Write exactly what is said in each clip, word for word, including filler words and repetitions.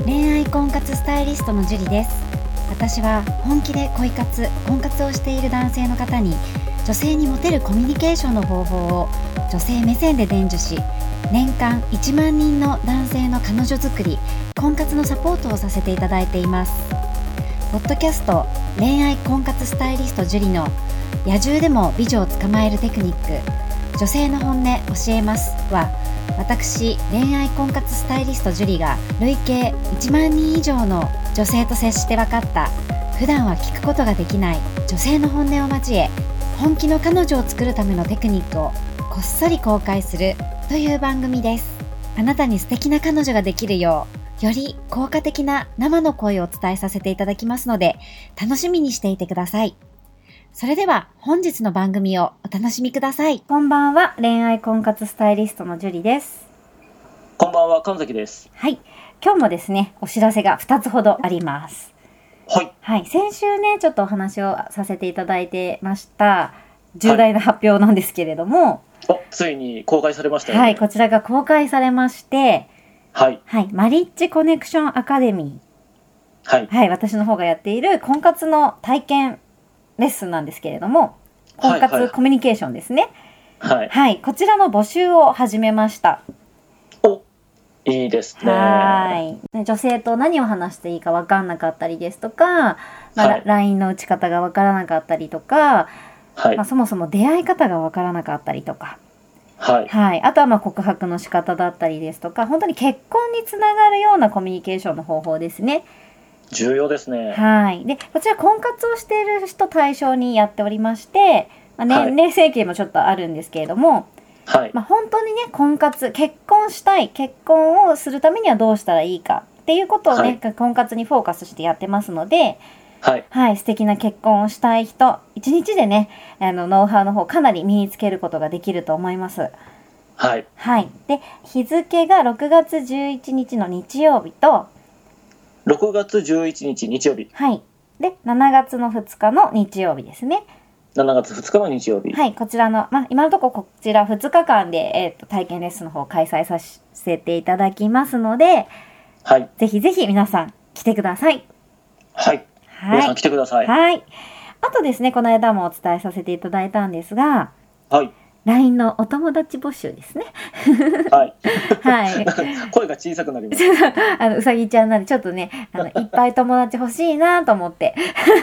恋愛婚活スタイリストのジュリです。私は本気で恋活、婚活をしている男性の方に女性にモテるコミュニケーションの方法を女性目線で伝授し、年間いちまんにんの男性の彼女作り、婚活のサポートをさせていただいています。ポッドキャスト恋愛婚活スタイリストジュリの野獣でも美女を捕まえるテクニック、女性の本音教えますは、私恋愛婚活スタイリストジュリが累計いちまんにん以上の女性と接して分かった普段は聞くことができない女性の本音を交え、本気の彼女を作るためのテクニックをこっそり公開するという番組です。あなたに素敵な彼女ができるよう、より効果的な生の声をお伝えさせていただきますので、楽しみにしていてください。それでは本日の番組をお楽しみください。こんばんは、恋愛婚活スタイリストのジュリです。 こんばんは、神崎です。 はい、今日もですね、お知らせがふたつほどあります。 はい。 はい、先週ね、ちょっとお話をさせていただいてました重大な発表なんですけれども、 はい、お、ついに公開されましたよね。 はい、こちらが公開されまして、 はい。 はい、マリッジコネクションアカデミー。 はい。 はい、私の方がやっている婚活の体験レッスンなんですけれども、婚活コミュニケーションですね。 はい。 はい、こちらの募集を始めました。 お、いいですね。 はい。女性と何を話していいか分かんなかったりですとか、まあはい、ライン の打ち方が分からなかったりとか、はい、まあ、そもそも出会い方が分からなかったりとか、 はい。 はい。あとはまあ告白の仕方だったりですとか、本当に結婚につながるようなコミュニケーションの方法ですね。 重要ですね。 はい。で、こちら婚活をしている人対象にやっておりまして、まあ、年齢制限もちょっとあるんですけれども、 はい。 まあ、本当にね、婚活、結婚したい、結婚をするためにはどうしたらいいかっていうことをね、はい、婚活にフォーカスしてやってますので、 はい。はい、 素敵な結婚をしたい人、一日でね、あの、ノウハウの方かなり身につけることができると思います。 はい。 はい。で、日付がろくがつじゅういちにちの日曜日と、 ろくがつじゅういちにち日曜日。 はい。で、しちがつのふつかの日曜日ですね。 しちがつふつかの日曜日。 はい。こちらの、まあ、今のところこちらふつかかんで、えっと、体験レッスンの方を開催させていただきますので、 はい。 ぜひぜひ皆さん来てください。 はい。はい。皆さん来てください。 はい。あとですね、この間もお伝えさせていただいたんですが、 はい。 ライン のお友達募集ですね。 はい。 はい。 声が小さくなります。 あの、うさぎちゃんなんで、ちょっとね、あの、いっぱい友達欲しいなと思って。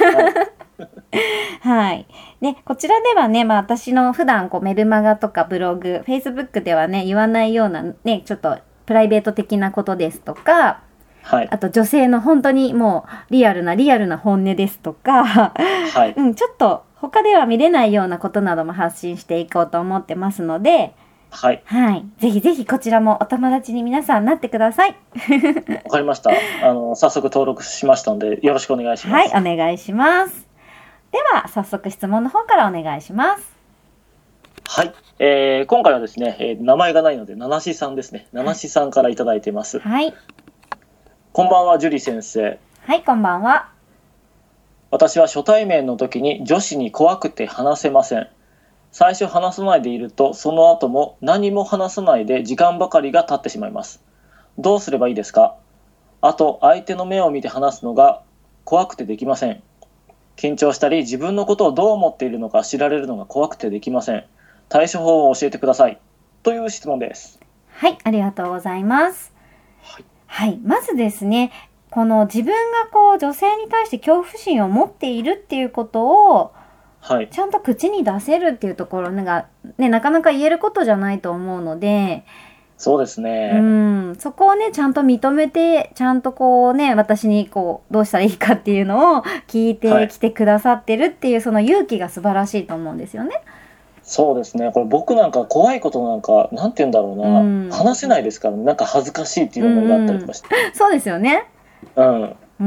はい。はい。で、こちらではね、まあ私の普段こうメルマガとかブログ、Facebook ではね、言わないようなね、ちょっとプライベート的なことですとか、はい、あと女性の本当にもうリアルなリアルな本音ですとか、はい、うん、ちょっと他では見れないようなことなども発信していこうと思ってますので、 はい。 はい。ぜひぜひこちらもお友達に皆さんなってください。 わかりました。あの、早速登録しましたので、よろしくお願いします。 はい、お願いします。では、早速質問の方からお願いします。 はい。えー、今回はですね、えー、名前がないので、ナナシさんですね。ナナシさんからいただいています。 はい。 こんばんは、ジュリ先生。 はい、こんばんは。 私は初対面の時に女子に怖くて話せません。最初話さないでいると、その後も何も話さないで時間ばかりが経ってしまいます。どうすればいいですか？あと、相手の目を見て話すのが怖くてできません。緊張したり、自分のことをどう思っているのか知られるのが怖くてできません。対処法を教えてください。という質問です。 はい、ありがとうございます。はい、はい、まずですね、この自分がこう女性に対して恐怖心を持っているっていうことを、はい、ちゃんと口に出せるっていうところが、ね、なかなか言えることじゃないと思うので、 そうですね。 うん、そこをね、ちゃんと認めて、ちゃんとこうね、私にこう、どうしたらいいかっていうのを聞いてきてくださってるっていう、はい、その勇気が素晴らしいと思うんですよね。 そうですね。これ僕なんか怖いことなんか、なんて言うんだろうな、うん、話せないですから、なんか恥ずかしいっていう思いがあったりとかして。 うんうん、そうですよね。 うん。 うん。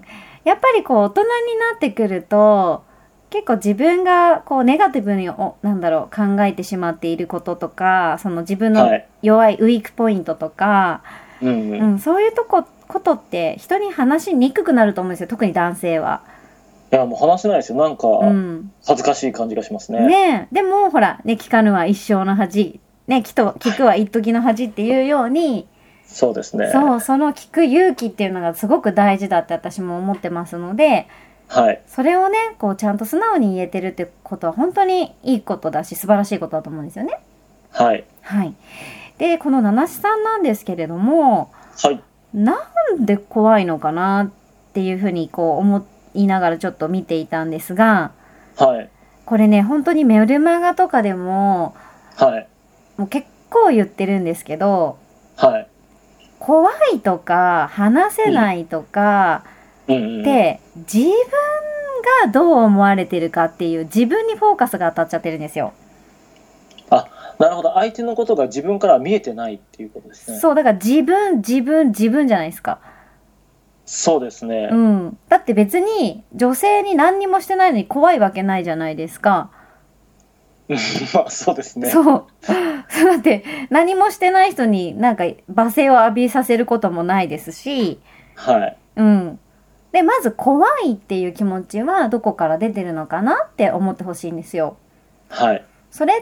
やっぱりこう、大人になってくると、結構自分がこうネガティブにおなんだろう考えてしまっていることとか、その自分の弱いウィークポイントとか、はい、うんうんうん、そういうとこことって人に話しにくくなると思うんですよ、特に男性は。 いやもう話せないですよ、なんか恥ずかしい感じがしますね。 うん、ねえ、でもほらね、聞かぬは一生の恥、ね、聞と聞くは一時の恥っていうように、 そうですね。 そうその聞く勇気っていうのがすごく大事だって私も思ってますので、 はい。 それをねこうちゃんと素直に言えてるってことは本当にいいことだし素晴らしいことだと思うんですよね。 はい。 はい。でこの七七さんなんですけれども、 はい。 なんで怖いのかなっていうふうにこう思いながらちょっと見ていたんですが、 はい。 これね本当にメルマガとかでもはい。 もう結構言ってるんですけど、 はい。 怖いとか話せないとかうんうんうん。 って自分がどう思われてるかっていう自分にフォーカスが当たっちゃってるんですよ。 あ、なるほど。相手のことが自分からは見えてないっていうことですね。 そうだから自分自分自分じゃないですか。 そうですね。 うん。だって別に女性に何にもしてないのに怖いわけないじゃないですか。 まあそうですね。 そう。だって何もしてない人になんか罵声を浴びさせることもないですし、 はい。 うん。で、まず怖いっていう気持ちはどこから出てるのかなって思ってほしいんですよ。 はい。 それって、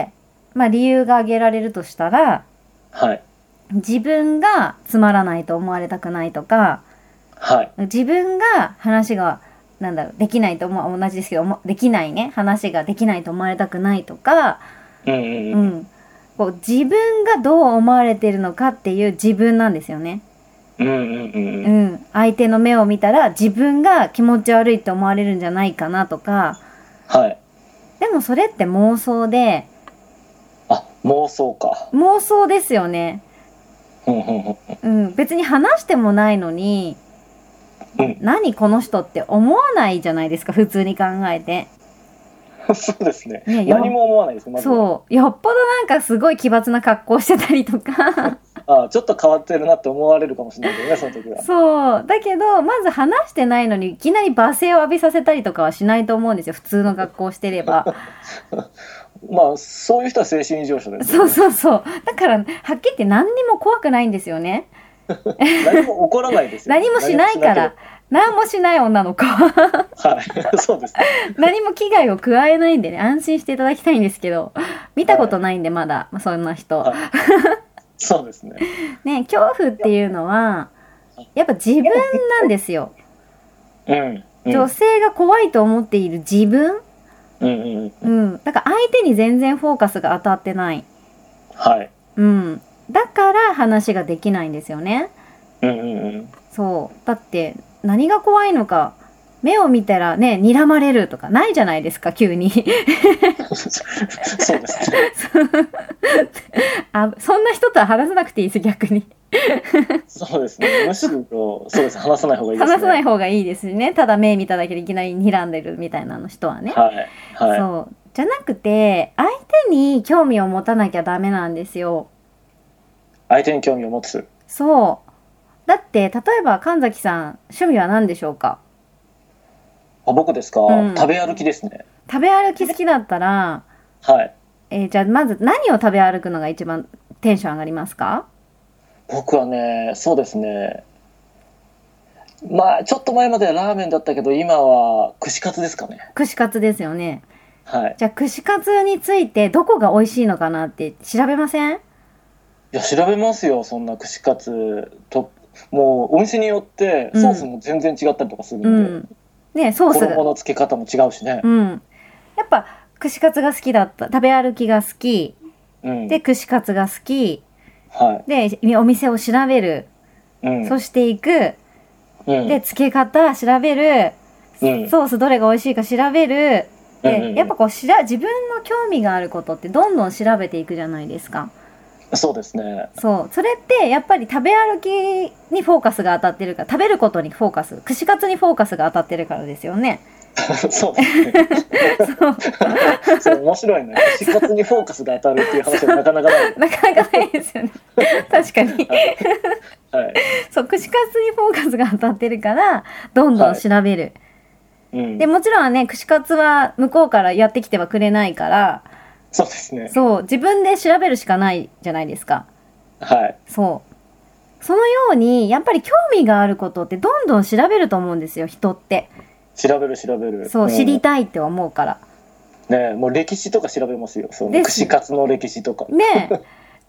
まあ理由が挙げられるとしたら、 はい。 自分がつまらないと思われたくないとか、 はい。 自分が話がなんだろうできないと思う同じですけどもできないね話ができないと思われたくないとか、 うんうんううん。 ん、こう自分がどう思われてるのかっていう自分なんですよね。 うんうんうんううん。 ん、相手の目を見たら自分が気持ち悪いって思われるんじゃないかなとか。 はい。 でもそれって妄想で、 あ、妄想か。 妄想ですよね。 うんうんうんうん、別に話してもないのに、 うん何この人って思わないじゃないですか普通に考えて。 そうですね。 ねよ何も思わないですね。まずは。 そうよっぽどなんかすごい奇抜な格好してたりとかあ、ちょっと変わってるなって思われるかもしれないけどね、その時は。 そうだけどまず話してないのにいきなり罵声を浴びさせたりとかはしないと思うんですよ普通の格好してれば。 まあそういう人は精神異常者ですそうよね。 そうそうだからはっきり言って何にも怖くないんですよね。 何も起こらないですよね。 何もしないから何もしない女の子ははい。そうですね。 何も危害を加えないんでね安心していただきたいんですけど、見たことないんでまだ、まあ、そんな人、 はい。そうですね。 ね恐怖っていうのはやっぱ自分なんですよ。 うん。うん女性が怖いと思っている自分、 うんうんう。 うんん、だから相手に全然フォーカスが当たってない、 はい。 うん、だから話ができないんですよね。 うんうんうん。 そうだって何が怖いのか目を見たらね睨まれるとかないじゃないですか急にそうですね。 あそんな人とは話さなくていいです逆にそうですね。むしろそうですね。話さない方がいいですね。 話さない方がいいですね。ただ目見ただけでいきなり睨んでるみたいなの人はね、 はいはい。 そうじゃなくて相手に興味を持たなきゃダメなんですよ。 相手に興味を持つ。 そうだって例えば神崎さん趣味は何でしょうか？ あ、僕ですか、 うん食べ歩きですね。 食べ歩き好きだったら、 はい。 えーじゃあまず何を食べ歩くのが一番テンション上がりますか？ 僕はね、そうですね。まあちょっと前まではラーメンだったけど、今は串カツですかね。 串カツですよね。 はい。 じゃあ串カツについてどこが美味しいのかなって調べません？ いや調べますよ。そんな串カツと、もうお店によってソースも全然違ったりとかするんで、 うんねソースが衣の付け方も違うしね。 うんやっぱ串カツが好きだった、食べ歩きが好きうん。 で串カツが好きはでお店を調べる、 い。うん。 そして行くうん。 で付け方調べる、 うんソースどれが美味しいか調べるで、 うんうんうんやっぱこうしら自分の興味があることってどんどん調べていくじゃないですか。 そうですね。 そうそれってやっぱり食べ歩きにフォーカスが当たってるから食べることにフォーカス串カツにフォーカスが当たってるからですよね。 そうですね。それ面白いね。串カツにフォーカスが当たるっていう話はなかなかない。 なかなかないですよね確かにはい。 そう串カツにフォーカスが当たってるからどんどん調べる、 うん。 でもちろんね串カツは向こうからやってきてはくれないからそうですね。 そう自分で調べるしかないじゃないですか。 はい。 そうそのようにやっぱり興味があることってどんどん調べると思うんですよ人って。 調べる調べる。 そう、 ん知りたいって思うからね、もう歴史とか調べますよ。そのです串カツの歴史とか。 ねえ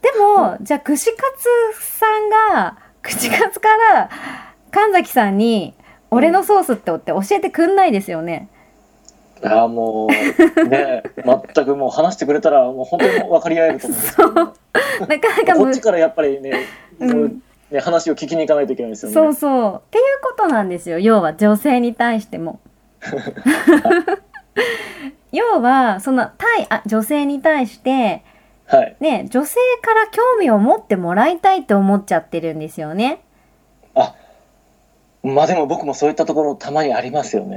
でも、じゃあ串カツさんが串カツから神崎さんに俺のソースってって教えてくんないですよね。 いやもうね全くもう話してくれたらもう本当に分かり合えると思うんですけど、ね、 なかなかこっちからやっぱりね、 うんもうね話を聞きに行かないといけないですよね。 そうそうっていうことなんですよ。要は女性に対しても要はその対あ女性に対してはいね、女性から興味を持ってもらいたいって思っちゃってるんですよね。 あ、まあでも僕もそういったところたまにありますよね。 うん、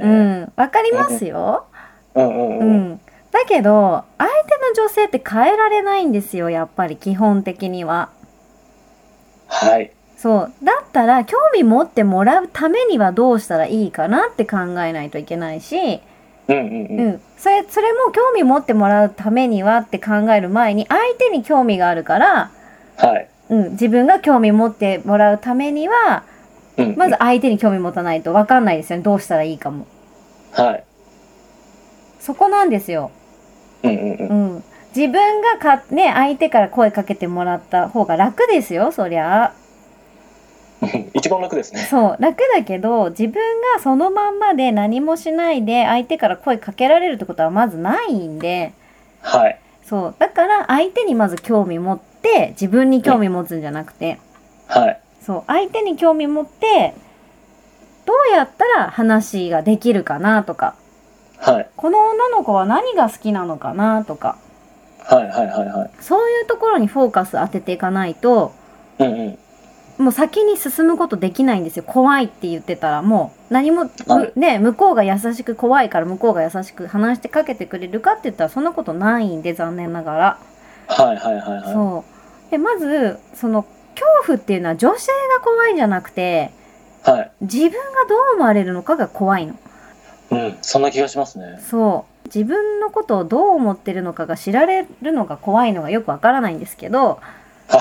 わかりますよ。 うんうんうん。 うん。だけど相手の女性って変えられないんですよ、やっぱり基本的には。 はい。 そうだったら興味持ってもらうためにはどうしたらいいかなって考えないといけないし、 うんうんうん。 うん、それそれも興味持ってもらうためにはって考える前に相手に興味があるから、 はい。 うん、自分が興味持ってもらうためには、 うんうん、 まず相手に興味持たないと分かんないですよね、どうしたらいいかも。 はい。 そこなんですよ。 うんうんうん。 うん、自分がか、ね、相手から声かけてもらった方が楽ですよ、そりゃ。 一番楽ですね。 そう楽だけど、自分がそのまんまで何もしないで相手から声かけられるってことはまずないんで、 はい。 そうだから相手にまず興味持って自分に興味持つんじゃなくて、 はい。 そう相手に興味持ってどうやったら話ができるかなとか、 はい。 この女の子は何が好きなのかなとか、 はいはいはいはい。 そういうところにフォーカス当てていかないと、 うんうん。 もう先に進むことできないんですよ。怖いって言ってたらもう何も、 はい、 ね、向こうが優しく、怖いから向こうが優しく話してかけてくれるかって言ったらそんなことないんで、残念ながら。 はいはいはいはい。 そうでまずその恐怖っていうのは女性が怖いんじゃなくて、 はい、 自分がどう思われるのかが怖いの。 うん、そんな気がしますね。 そう自分のことをどう思ってるのかが知られるのが怖いのがよくわからないんですけど、 はい、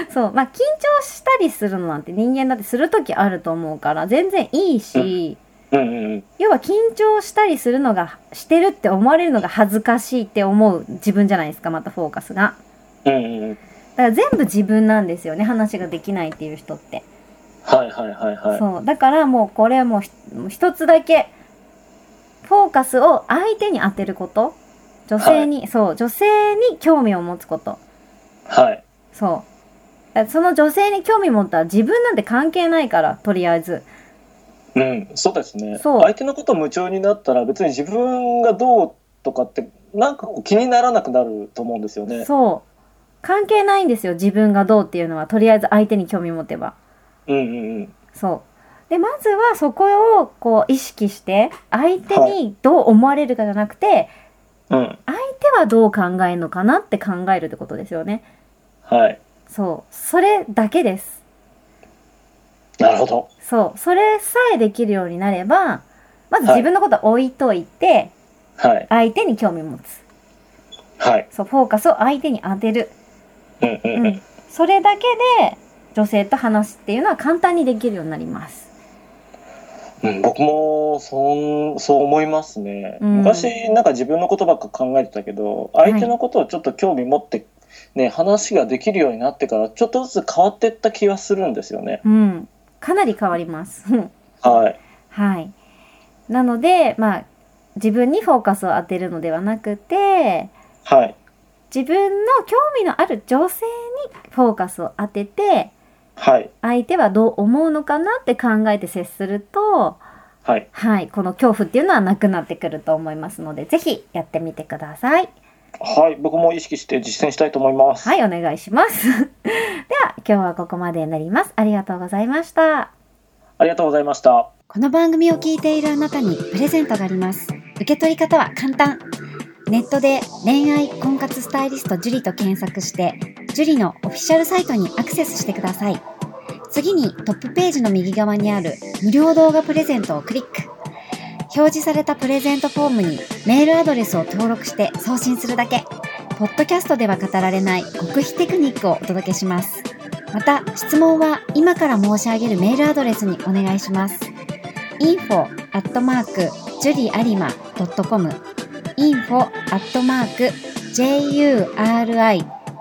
そうまあ緊張したりするのなんて人間だってする時あると思うから全然いいし、 うんうんうん、 要は緊張したりするのがしてるって思われるのが恥ずかしいって思う自分じゃないですか、またフォーカスが。 うんうんうん、 だから全部自分なんですよね、話ができないっていう人って。 はいはいはいはい。 そうだからもうこれはもう一つだけフォーカスを相手に当てること、女性に、はい、そう女性に興味を持つこと。 はい。 そうその女性に興味持ったら自分なんて関係ないから、とりあえず。 うん、そうですね。 そう相手のこと夢中になったら別に自分がどうとかってなんか気にならなくなると思うんですよね。 そう関係ないんですよ、自分がどうっていうのは。とりあえず相手に興味持てば。 うんうんうん。 そうでまずはそこをこう意識して相手にどう思われるかじゃなくて、 はい、うん、 相手はどう考えるのかなって考えるってことですよね。 はい。 そうそれだけです。 なるほど。 そうそれさえできるようになれば、まず自分のこと置いといて、はい、相手に興味持つ、 はい、 そうフォーカスを相手に当てる、 うんうんうん、 うん、それだけで女性と話すっていうのは簡単にできるようになります。 うん、僕もそそう思いますね、 うん、 昔なんか自分のことばっか考えてたけど、相手のことをちょっと興味持ってね、話ができるようになってからちょっとずつ変わっていった気がするんですよね。 うん、かなり変わりますはいはい。なのでまあ自分にフォーカスを当てるのではなくて、 はい、 自分の興味のある女性にフォーカスを当てて、 はい、 相手はどう思うのかなって考えて接すると、 はい、 はい、この恐怖っていうのはなくなってくると思いますので、ぜひやってみてください。 はい、僕も意識して実践したいと思います。 はい、お願いしますでは今日はここまでになります。ありがとうございました。 ありがとうございました。 この番組を聞いているあなたにプレゼントがあります。受け取り方は簡単。ネットで恋愛婚活スタイリスト樹と検索して樹のオフィシャルサイトにアクセスしてください。次にトップページの右側にある無料動画プレゼントをクリック。表示されたプレゼントフォームにメールアドレスを登録して送信するだけ。ポッドキャストでは語られない極秘テクニックをお届けします。また質問は今から申し上げるメールアドレスにお願いします。インフォ アットマーク ジュリアリマ ドットコム インフォ アットマーク ジュリア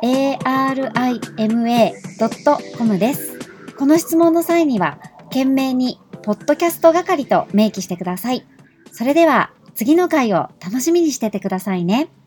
エーアールアイエムエードットコム です。この質問の際には、懸命にポッドキャスト係と明記してください。それでは次の回を楽しみにしててくださいね。